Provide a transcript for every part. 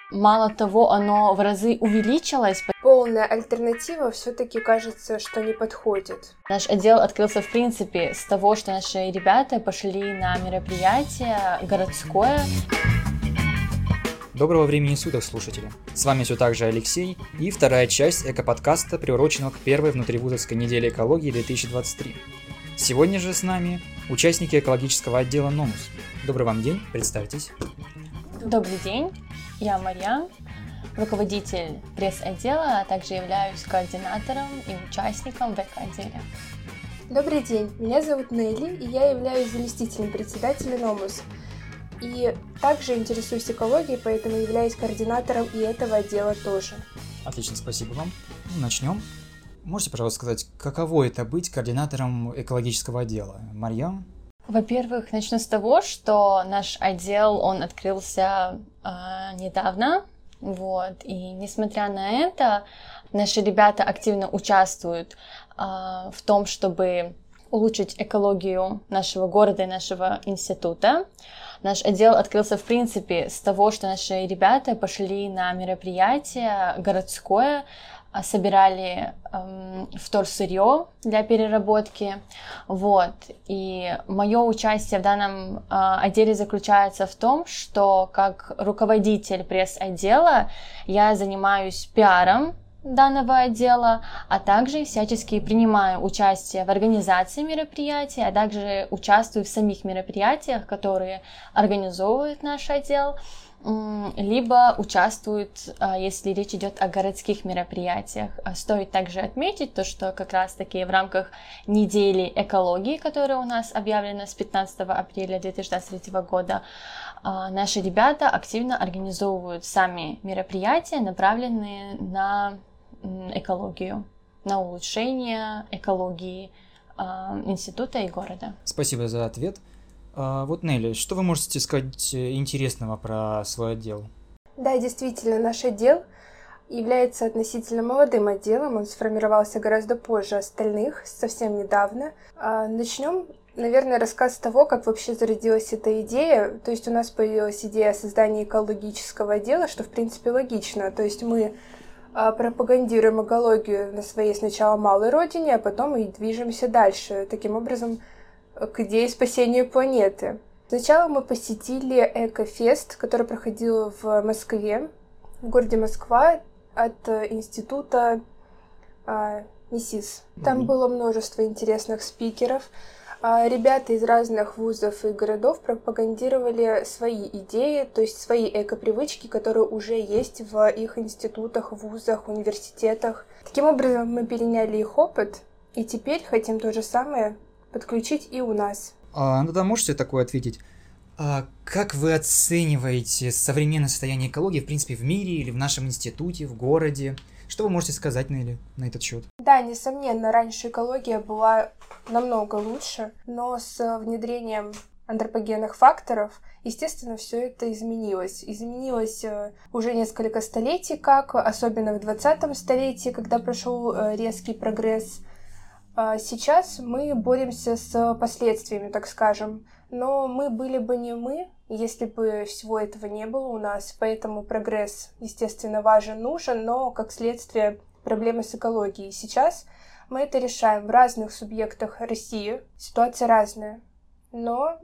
Мало того, оно в разы увеличилось. Полная альтернатива все-таки кажется, что не подходит. Наш отдел открылся, в принципе, с того, что наши ребята пошли на мероприятие городское. Доброго времени суток, слушатели! С вами все так же Алексей и вторая часть эко-подкаста, приуроченного к первой внутривузовской неделе экологии 2023. Сегодня же с нами участники экологического отдела НОМУС. Добрый вам день, представьтесь. Добрый день, я Марьям, руководитель пресс-отдела, а также являюсь координатором и участником в эко-отделе. Добрый день, меня зовут Нелли, и я являюсь заместителем председателя НОМУС. И также интересуюсь экологией, поэтому являюсь координатором и этого отдела тоже. Отлично, спасибо вам. Начнем. Можете, пожалуйста, сказать, каково это быть координатором экологического отдела? Марьям? Во-первых, начну с того, что наш отдел, он открылся недавно, и несмотря на это, наши ребята активно участвуют в том, чтобы улучшить экологию нашего города и нашего института. Наш отдел открылся, в принципе, с того, что наши ребята пошли на мероприятие городское, собирали вторсырье для переработки. И мое участие в данном отделе заключается в том, что как руководитель пресс-отдела я занимаюсь пиаром данного отдела, а также всячески принимаю участие в организации мероприятий, а также участвую в самих мероприятиях, которые организовывает наш отдел, либо участвуют, если речь идет о городских мероприятиях. Стоит также отметить то, что как раз-таки в рамках недели экологии, которая у нас объявлена с 15 апреля 2023 года, наши ребята активно организовывают сами мероприятия, направленные на экологию, на улучшение экологии института и города. Спасибо за ответ. Нелли, что вы можете сказать интересного про свой отдел? Да, действительно, наш отдел является относительно молодым отделом, он сформировался гораздо позже остальных, совсем недавно. Начнем, наверное, рассказ с того, как вообще зародилась эта идея. То есть у нас появилась идея создания экологического отдела, что в принципе логично. То есть мы пропагандируем экологию на своей сначала малой родине, а потом и движемся дальше. Таким образом, к идее спасения планеты. Сначала мы посетили Экофест, который проходил в Москве, в городе Москва, от института МИСИС. Там было множество интересных спикеров. Ребята из разных вузов и городов пропагандировали свои идеи, то есть свои эко-привычки, которые уже есть в их институтах, вузах, университетах. Таким образом, мы переняли их опыт, и теперь хотим то же самое подключить и у нас. Да, можете такое ответить? Как вы оцениваете современное состояние экологии, в принципе, в мире или в нашем институте, в городе? Что вы можете сказать, Нелли, на этот счет? Да, несомненно, раньше экология была намного лучше, но с внедрением антропогенных факторов, естественно, все это изменилось. Изменилось уже несколько столетий, особенно в 20-м столетии, когда прошел резкий прогресс. Сейчас мы боремся с последствиями, так скажем, но мы были бы не мы, если бы всего этого не было у нас, поэтому прогресс, естественно, важен, нужен, но, как следствие, проблемы с экологией. Сейчас мы это решаем в разных субъектах России, ситуация разная, но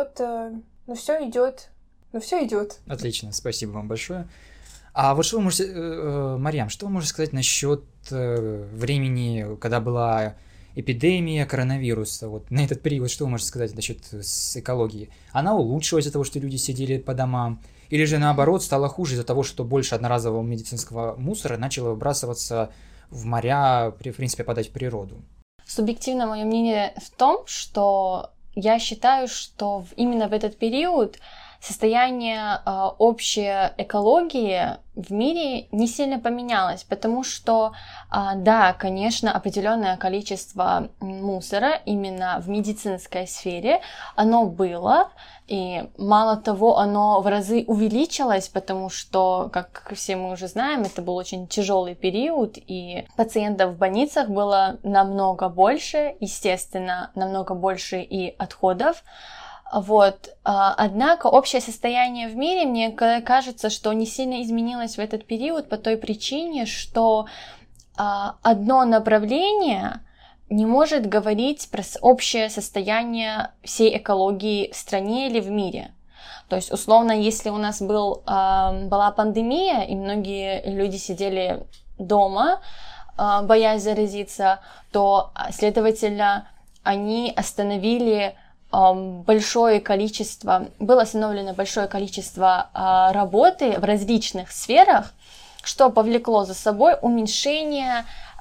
все идет. Отлично, спасибо вам большое. Что вы можете, Марьям, что вы можете сказать насчет времени, когда была эпидемия коронавируса, на этот период, что вы можете сказать насчет экологии? Она улучшилась из-за того, что люди сидели по домам? Или же наоборот стало хуже из-за того, что больше одноразового медицинского мусора начало выбрасываться в моря, в принципе, падать в природу? Субъективно мое мнение в том, что я считаю, что именно в этот период состояние общей экологии в мире не сильно поменялось, потому что, да, конечно, определенное количество мусора именно в медицинской сфере, оно было, и мало того, оно в разы увеличилось, потому что, как все мы уже знаем, это был очень тяжелый период, и пациентов в больницах было намного больше, естественно, намного больше и отходов. Вот. Однако общее состояние в мире, мне кажется, что не сильно изменилось в этот период по той причине, что одно направление не может говорить про общее состояние всей экологии в стране или в мире. То есть, условно, если у нас была пандемия, и многие люди сидели дома, боясь заразиться, то, следовательно, они было остановлено большое количество работы в различных сферах, что повлекло за собой уменьшение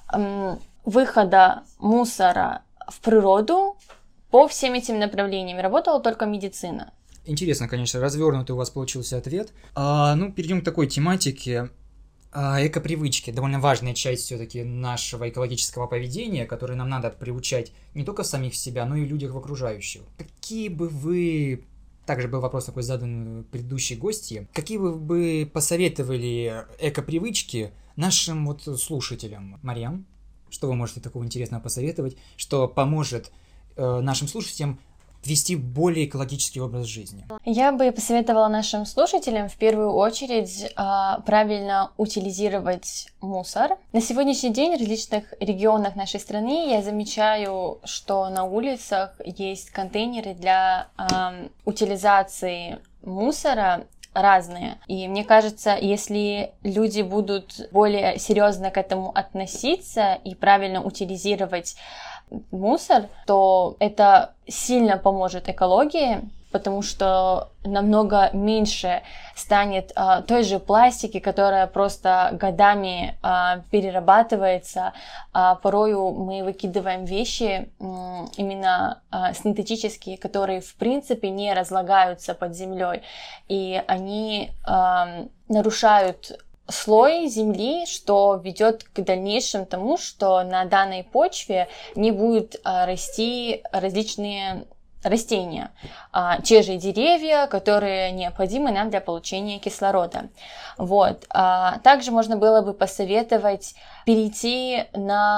выхода мусора в природу по всем этим направлениям. Работала только медицина. Интересно, конечно, развернутый у вас получился ответ. Перейдем к такой тематике. Эко-привычки. Довольно важная часть все-таки нашего экологического поведения, которое нам надо приучать не только в самих себя, но и в людях в окружающих. Какие бы вы... Также был вопрос такой задан предыдущей гости. Какие бы вы посоветовали эко-привычки нашим слушателям? Марьям, что вы можете такого интересного посоветовать, что поможет нашим слушателям вести более экологический образ жизни? Я бы посоветовала нашим слушателям в первую очередь правильно утилизировать мусор. На сегодняшний день в различных регионах нашей страны я замечаю, что на улицах есть контейнеры для утилизации мусора разные. И мне кажется, если люди будут более серьезно к этому относиться и правильно утилизировать мусор, то это сильно поможет экологии, потому что намного меньше станет той же пластики, которая просто годами перерабатывается. Порою мы выкидываем вещи именно синтетические, которые в принципе не разлагаются под землей, и они нарушают слой земли, что ведет к дальнейшему тому, что на данной почве не будут расти различные растения, те же деревья, которые необходимы нам для получения кислорода. Вот. Также можно было бы посоветовать перейти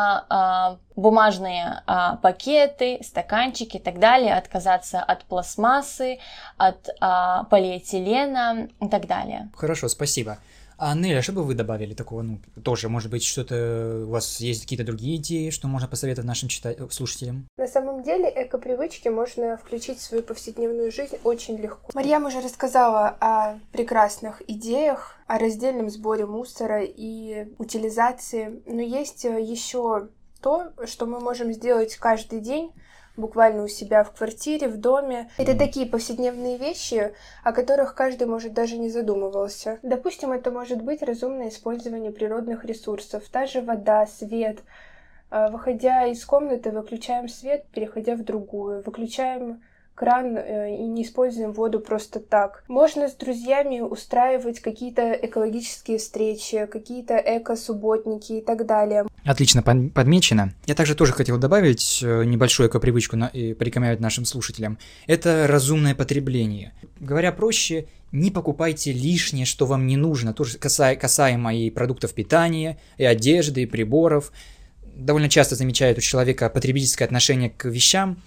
на бумажные пакеты, стаканчики и так далее, отказаться от пластмассы, от полиэтилена и так далее. Хорошо, спасибо. А, Неля, что бы вы добавили такого? Тоже, может быть, что-то у вас есть какие-то другие идеи, что можно посоветовать нашим слушателям? На самом деле, эко-привычки можно включить в свою повседневную жизнь очень легко. Марьям уже рассказала о прекрасных идеях, о раздельном сборе мусора и утилизации, но есть еще то, что мы можем сделать каждый день, буквально у себя в квартире, в доме. Это такие повседневные вещи, о которых каждый, может, даже не задумывался. Допустим, это может быть разумное использование природных ресурсов. Та же вода, свет. Выходя из комнаты, выключаем свет, переходя в другую. Выключаем кран и не используем воду просто так. Можно с друзьями устраивать какие-то экологические встречи, какие-то эко-субботники и так далее. Отлично подмечено. Я также тоже хотел добавить небольшую эко-привычку и порекомендовать нашим слушателям. Это разумное потребление. Говоря проще, не покупайте лишнее, что вам не нужно. Тоже касаемо и продуктов питания, и одежды, и приборов. Довольно часто замечают у человека потребительское отношение к вещам.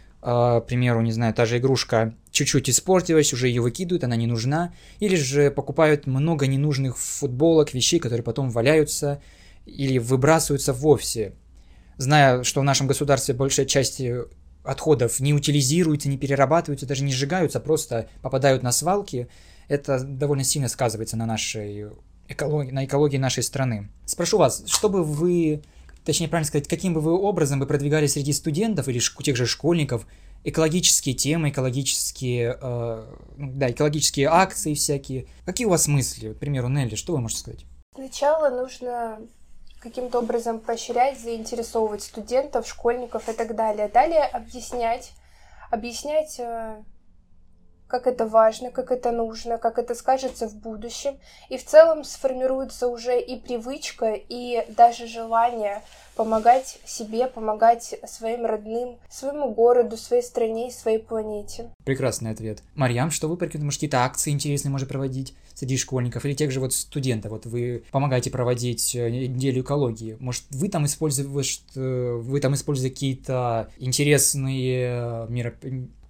К примеру, не знаю, та же игрушка чуть-чуть испортилась, уже ее выкидывают, она не нужна. Или же покупают много ненужных футболок, вещей, которые потом валяются или выбрасываются вовсе. Зная, что в нашем государстве большая часть отходов не утилизируются, не перерабатываются, даже не сжигаются, просто попадают на свалки, это довольно сильно сказывается на нашей экологии, на экологии нашей страны. Спрошу вас, что бы вы... Точнее, правильно сказать, каким бы вы образом вы продвигали среди студентов или тех же школьников экологические темы, экологические акции всякие. Какие у вас мысли? К примеру, Нелли, что вы можете сказать? Сначала нужно каким-то образом поощрять, заинтересовывать студентов, школьников и так далее. Далее объяснять, как это важно, как это нужно, как это скажется в будущем. И в целом сформируется уже и привычка, и даже желание помогать себе, помогать своим родным, своему городу, своей стране и своей планете. Прекрасный ответ. Марьям, что вы порекомендуете? Может, какие-то акции интересные можете проводить среди школьников или тех же студентов? Вы помогаете проводить неделю экологии. Может, вы там используете какие-то интересные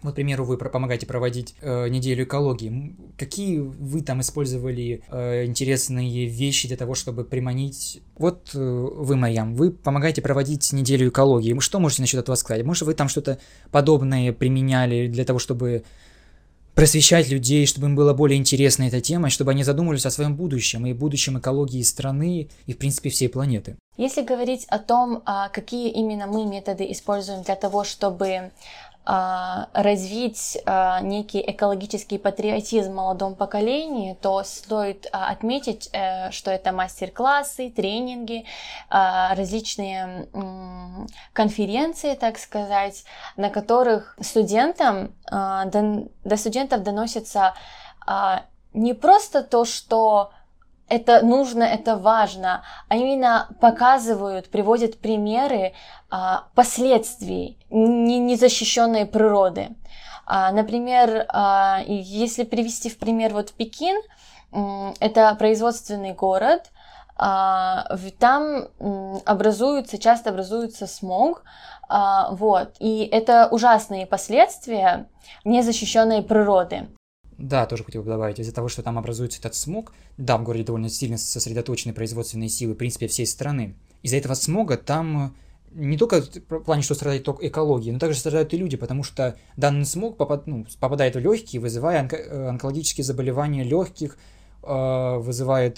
Вот, к примеру, вы помогаете проводить неделю экологии. Какие вы там использовали интересные вещи для того, чтобы приманить... Вот вы, Марьям, вы помогаете проводить неделю экологии. Что можете насчет этого сказать? Может, вы там что-то подобное применяли для того, чтобы просвещать людей, чтобы им было более интересна эта тема, чтобы они задумывались о своем будущем и будущем экологии страны и, в принципе, всей планеты? Если говорить о том, какие именно мы методы используем для того, чтобы развить некий экологический патриотизм в молодом поколении, то стоит отметить, что это мастер-классы, тренинги, различные конференции, так сказать, на которых до студентов доносится не просто то, что это нужно, это важно, а именно показывают, приводят примеры последствий незащищенной природы. Например, если привести в пример вот Пекин, это производственный город, там часто образуется смог, вот, и это ужасные последствия незащищенной природы. Да, тоже хотел бы добавить, из-за того, что там образуется этот смог, да, в городе довольно сильно сосредоточены производственные силы, в принципе, всей страны. Из-за этого смога там не только в плане, что страдает экология, но также страдают и люди, потому что данный смог попадает в легкие, вызывая онкологические заболевания легких, вызывает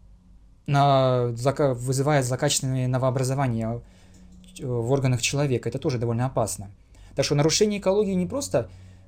злокачественные новообразования в органах человека. Это тоже довольно опасно. Так что нарушение экологии не просто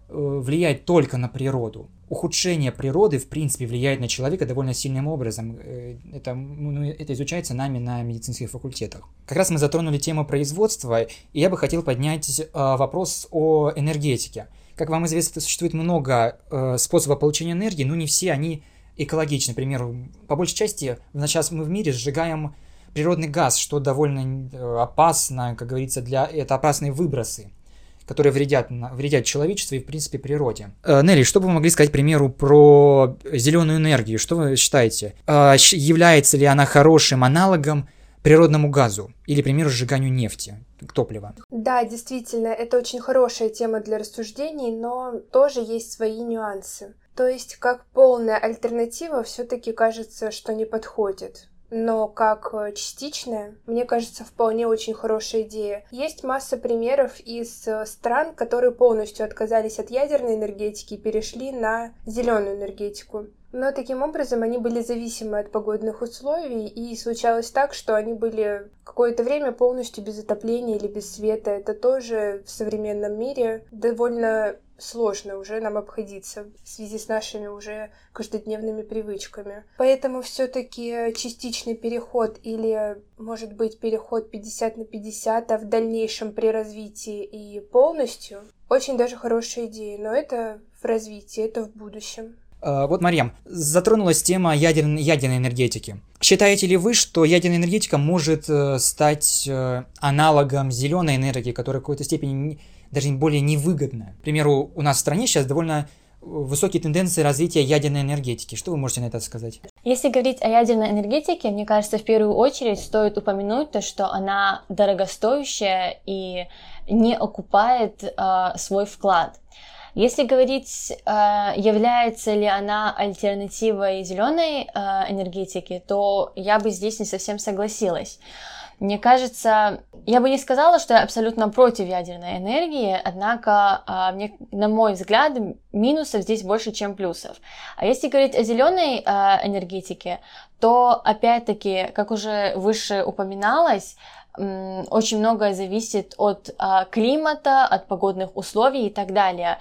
влияет только на природу. Ухудшение природы, в принципе, влияет на человека довольно сильным образом. Это изучается нами на медицинских факультетах. Как раз мы затронули тему производства, и я бы хотел поднять вопрос о энергетике. Как вам известно, существует много способов получения энергии, но не все они экологичны. Например, по большей части сейчас мы в мире сжигаем природный газ, что довольно опасно, как говорится, это опасные выбросы, которые вредят человечеству и, в принципе, природе. Нелли, что бы вы могли сказать, к примеру, про зеленую энергию? Что вы считаете? Является ли она хорошим аналогом природному газу или, к примеру, сжиганию нефти, топлива? Да, действительно, это очень хорошая тема для рассуждений, но тоже есть свои нюансы. То есть, как полная альтернатива, все-таки кажется, что не подходит. Но как частичная, мне кажется, вполне очень хорошая идея. Есть масса примеров из стран, которые полностью отказались от ядерной энергетики и перешли на зеленую энергетику. Но таким образом они были зависимы от погодных условий, и случалось так, что они были какое-то время полностью без отопления или без света. Это тоже в современном мире довольно сложно уже нам обходиться в связи с нашими уже каждодневными привычками. Поэтому все-таки частичный переход или, может быть, переход 50 на 50, а в дальнейшем при развитии и полностью, очень даже хорошая идея, но это в развитии, это в будущем. Вот, Марьям, затронулась тема ядерной энергетики. Считаете ли вы, что ядерная энергетика может стать аналогом зеленой энергии, которая в какой-то степени даже более невыгодна? К примеру, у нас в стране сейчас довольно высокие тенденции развития ядерной энергетики. Что вы можете на это сказать? Если говорить о ядерной энергетике, мне кажется, в первую очередь стоит упомянуть то, что она дорогостоящая и не окупает свой вклад. Если говорить, является ли она альтернативой зеленой энергетики, то я бы здесь не совсем согласилась. Мне кажется, я бы не сказала, что я абсолютно против ядерной энергии, однако, на мой взгляд, минусов здесь больше, чем плюсов. А если говорить о зеленой энергетике, то, опять-таки, как уже выше упоминалось, очень многое зависит от климата, от погодных условий и так далее,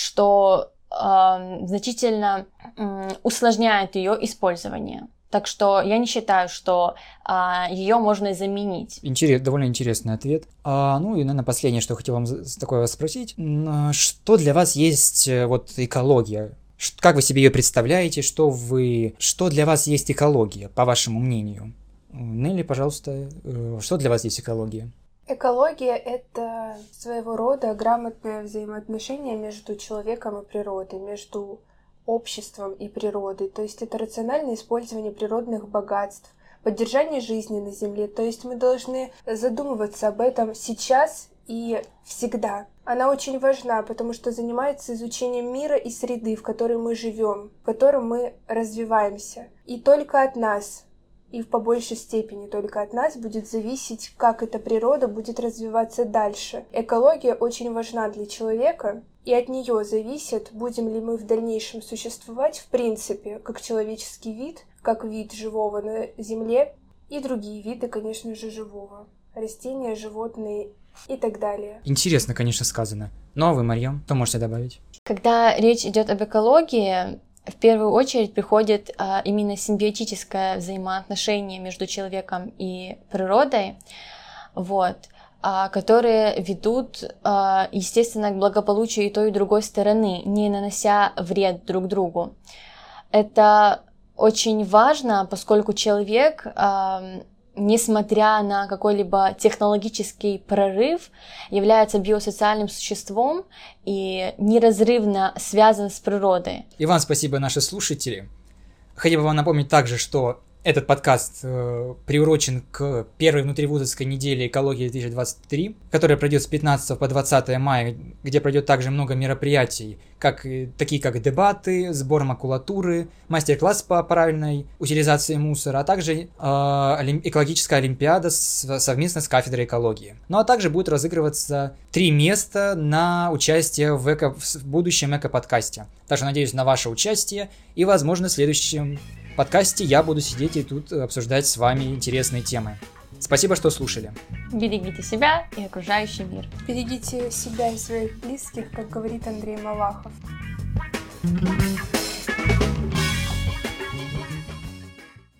что значительно усложняет ее использование. Так что я не считаю, что ее можно заменить. Довольно интересный ответ. Ну и, наверное, последнее, что хотел вам такое спросить. Что для вас есть экология? Как вы себе ее представляете? Что для вас есть экология, по вашему мнению? Нелли, пожалуйста, что для вас есть экология? Экология — это своего рода грамотное взаимоотношение между человеком и природой, между обществом и природой. То есть это рациональное использование природных богатств, поддержание жизни на Земле. То есть мы должны задумываться об этом сейчас и всегда. Она очень важна, потому что занимается изучением мира и среды, в которой мы живем, в котором мы развиваемся. И только от нас, и в побольшей степени только от нас будет зависеть, как эта природа будет развиваться дальше. Экология очень важна для человека, и от нее зависит, будем ли мы в дальнейшем существовать в принципе, как человеческий вид, как вид живого на Земле, и другие виды, конечно же, живого. Растения, животные и так далее. Интересно, конечно, сказано. Ну а вы, Марьям, что можете добавить? Когда речь идет об экологии, в первую очередь приходит именно симбиотическое взаимоотношение между человеком и природой, которые ведут, естественно, к благополучию и той, и другой стороны, не нанося вред друг другу. Это очень важно, поскольку человек, несмотря на какой-либо технологический прорыв, является биосоциальным существом и неразрывно связан с природой. И вам спасибо, наши слушатели. Хотел бы вам напомнить также, что этот подкаст приурочен к первой внутривузовской неделе экологии 2023, которая пройдет с 15 по 20 мая, где пройдет также много мероприятий, такие как дебаты, сбор макулатуры, мастер-класс по правильной утилизации мусора, а также экологическая олимпиада совместно с кафедрой экологии. Ну а также будет разыгрываться 3 места на участие в будущем эко-подкасте. Также надеюсь на ваше участие и, возможно, в следующем подкасте я буду сидеть и тут обсуждать с вами интересные темы. Спасибо, что слушали. Берегите себя и окружающий мир. Берегите себя и своих близких, как говорит Андрей Малахов.